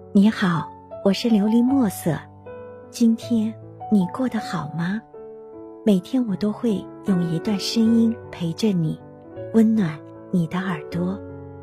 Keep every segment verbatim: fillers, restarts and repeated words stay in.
你好，我是琉璃墨色。今天你过得好吗？每天我都会用一段声音陪着你，温暖你的耳朵。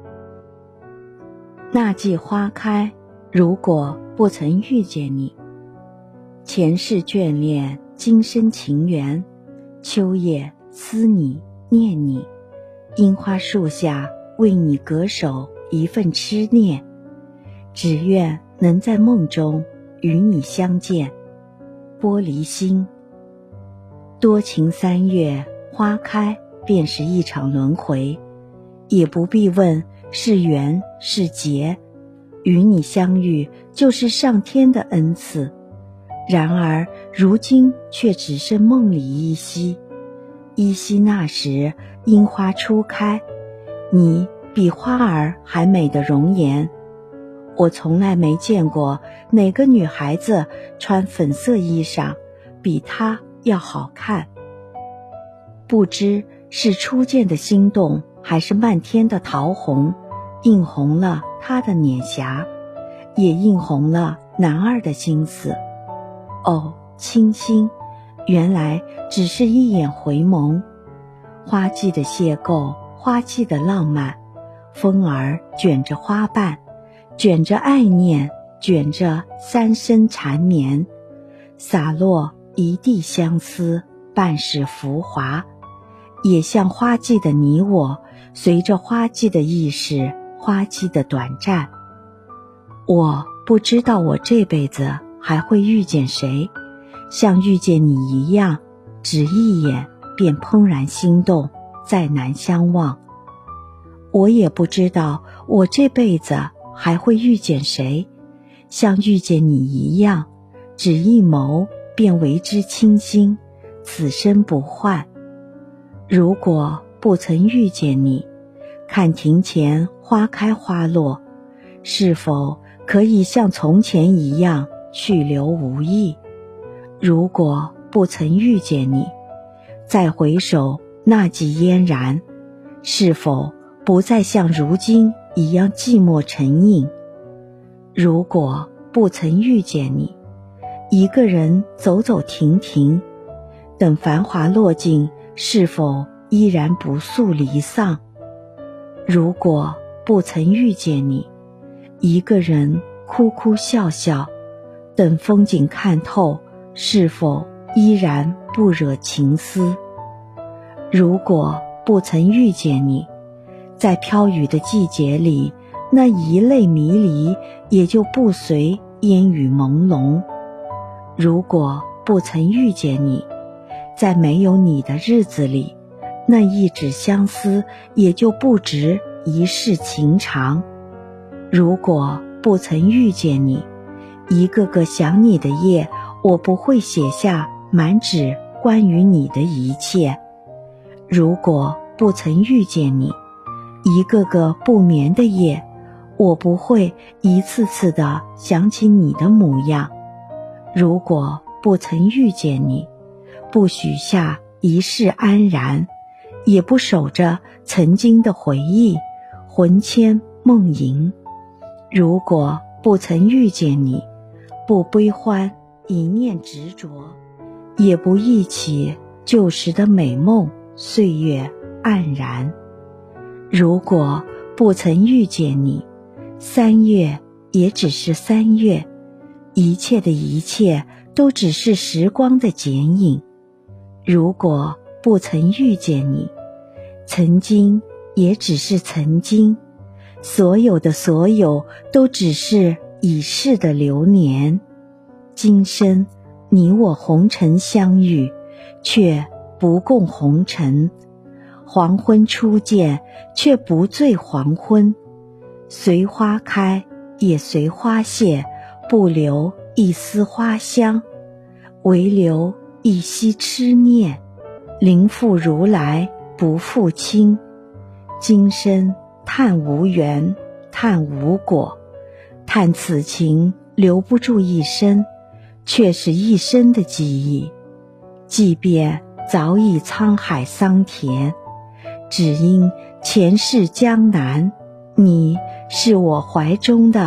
那季花开，如果不曾遇见你，前世眷恋，今生情缘，秋夜思你念你，樱花树下为你隔守一份痴念，只愿能在梦中与你相见。玻璃心，多情三月花开，便是一场轮回，也不必问是缘是劫，与你相遇就是上天的恩赐。然而如今却只剩梦里依稀，依稀那时樱花初开，你比花儿还美的容颜。我从来没见过哪个女孩子穿粉色衣裳比她要好看。不知是初见的心动，还是漫天的桃红，映红了她的脸颊，也映红了男儿的心思。哦，倾心，原来只是一眼回眸。花季的邂逅，花季的浪漫，风儿卷着花瓣，卷着爱念，卷着三生缠绵，洒落一地相思，半世浮华。也像花季的你我，随着花季的易逝，花季的短暂。我不知道我这辈子还会遇见谁，像遇见你一样，只一眼便怦然心动，再难相忘。我也不知道我这辈子还会遇见谁，像遇见你一样，只一眸便为之倾心，此生不换。如果不曾遇见你，看庭前花开花落，是否可以像从前一样去留无意？如果不曾遇见你，再回首那季嫣然，是否不再像如今一样寂寞沉影？如果不曾遇见你，一个人走走停停，等繁华落尽，是否依然不诉离丧？如果不曾遇见你，一个人哭哭笑笑，等风景看透，是否依然不惹情思？如果不曾遇见你，在飘雨的季节里，那一泪迷离也就不随烟雨朦胧。如果不曾遇见你，在没有你的日子里，那一纸相思也就不值一世情长。如果不曾遇见你，一个个想你的夜，我不会写下满纸关于你的一切。如果不曾遇见你，一个个不眠的夜，我不会一次次地想起你的模样。如果不曾遇见你，不许下一世安然，也不守着曾经的回忆，魂牵梦萦。如果不曾遇见你，不悲欢一念执着，也不忆起旧时的美梦，岁月黯然。如果不曾遇见你，三月也只是三月，一切的一切都只是时光的剪影。如果不曾遇见你，曾经也只是曾经，所有的所有都只是已逝的流年。今生你我红尘相遇，却不共红尘。黄昏初见，却不醉黄昏。随花开，也随花谢，不留一丝花香，唯留一息痴念。灵复如来，不复亲。今生叹无缘，叹无果，叹此情留不住一生，却是一生的记忆。即便早已沧海桑田，只因前世江南，你是我怀中的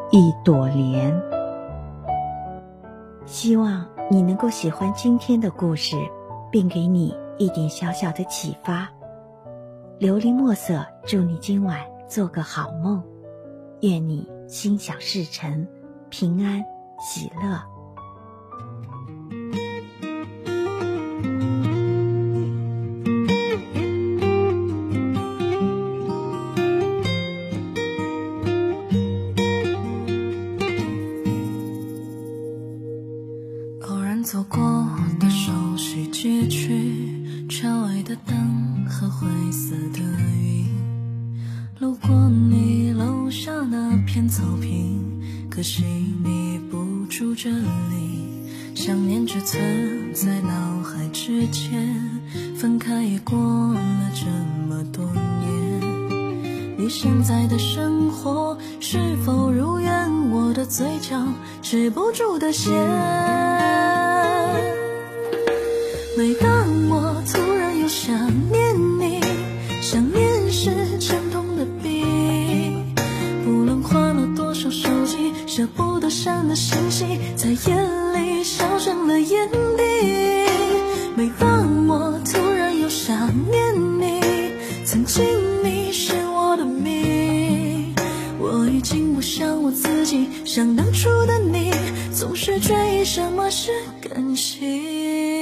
一朵莲。希望你能够喜欢今天的故事，并给你一点小小的启发。琉璃墨色祝你今晚做个好梦，愿你心想事成，平安喜乐。 走过的熟悉街区，窗外的灯和灰色的云，路过你楼下那片草坪，可惜你不住这里，想念只存在脑海之间，分开也过了这么多年。你现在的生活是否如愿？我的嘴角止不住的咸，每当我突然又想念你，想念是沉痛的病，不论换了多少手机，舍不得删的信息，在眼里烧成了眼底。每当我突然又想念你，曾经你是我的命，我已经不像我自己，像当初的你，总是追忆什么是感情。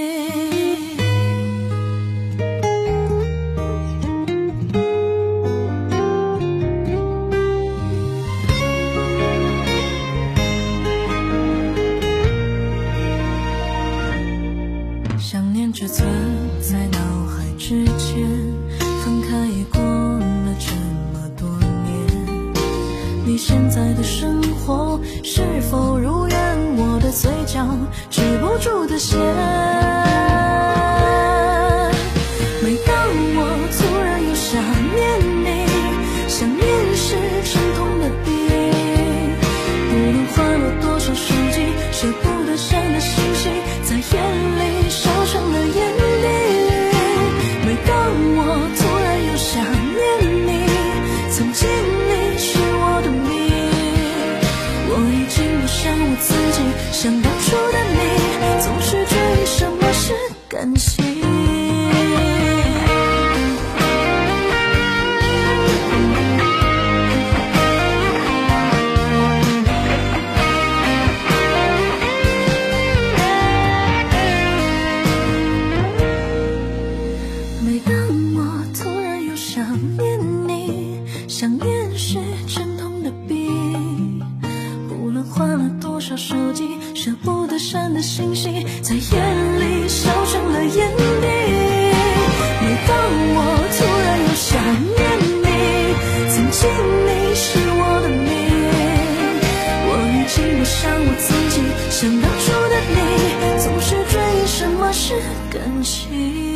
想念只存在脑海之间，分开也过了这么多年。你现在的生活是否如愿？我的嘴角止不住的咸，每当我突然又想念你，想念是沉痛的病，不论换了多少手机，舍不得删的信息，在眼里烧成了眼底。每当我突然又想念你，曾经你是我的命，我已经不像我自己，像当初的你，总是追忆什么是感情。每当我突然又想念你，想念是沉痛的病，不论换了多少手机，舍不得删的信息，在眼里烧成了眼底。每当我突然又想念你，曾经你是我的命，我已经不像我自己，像当初的你，总是追忆什么是感情。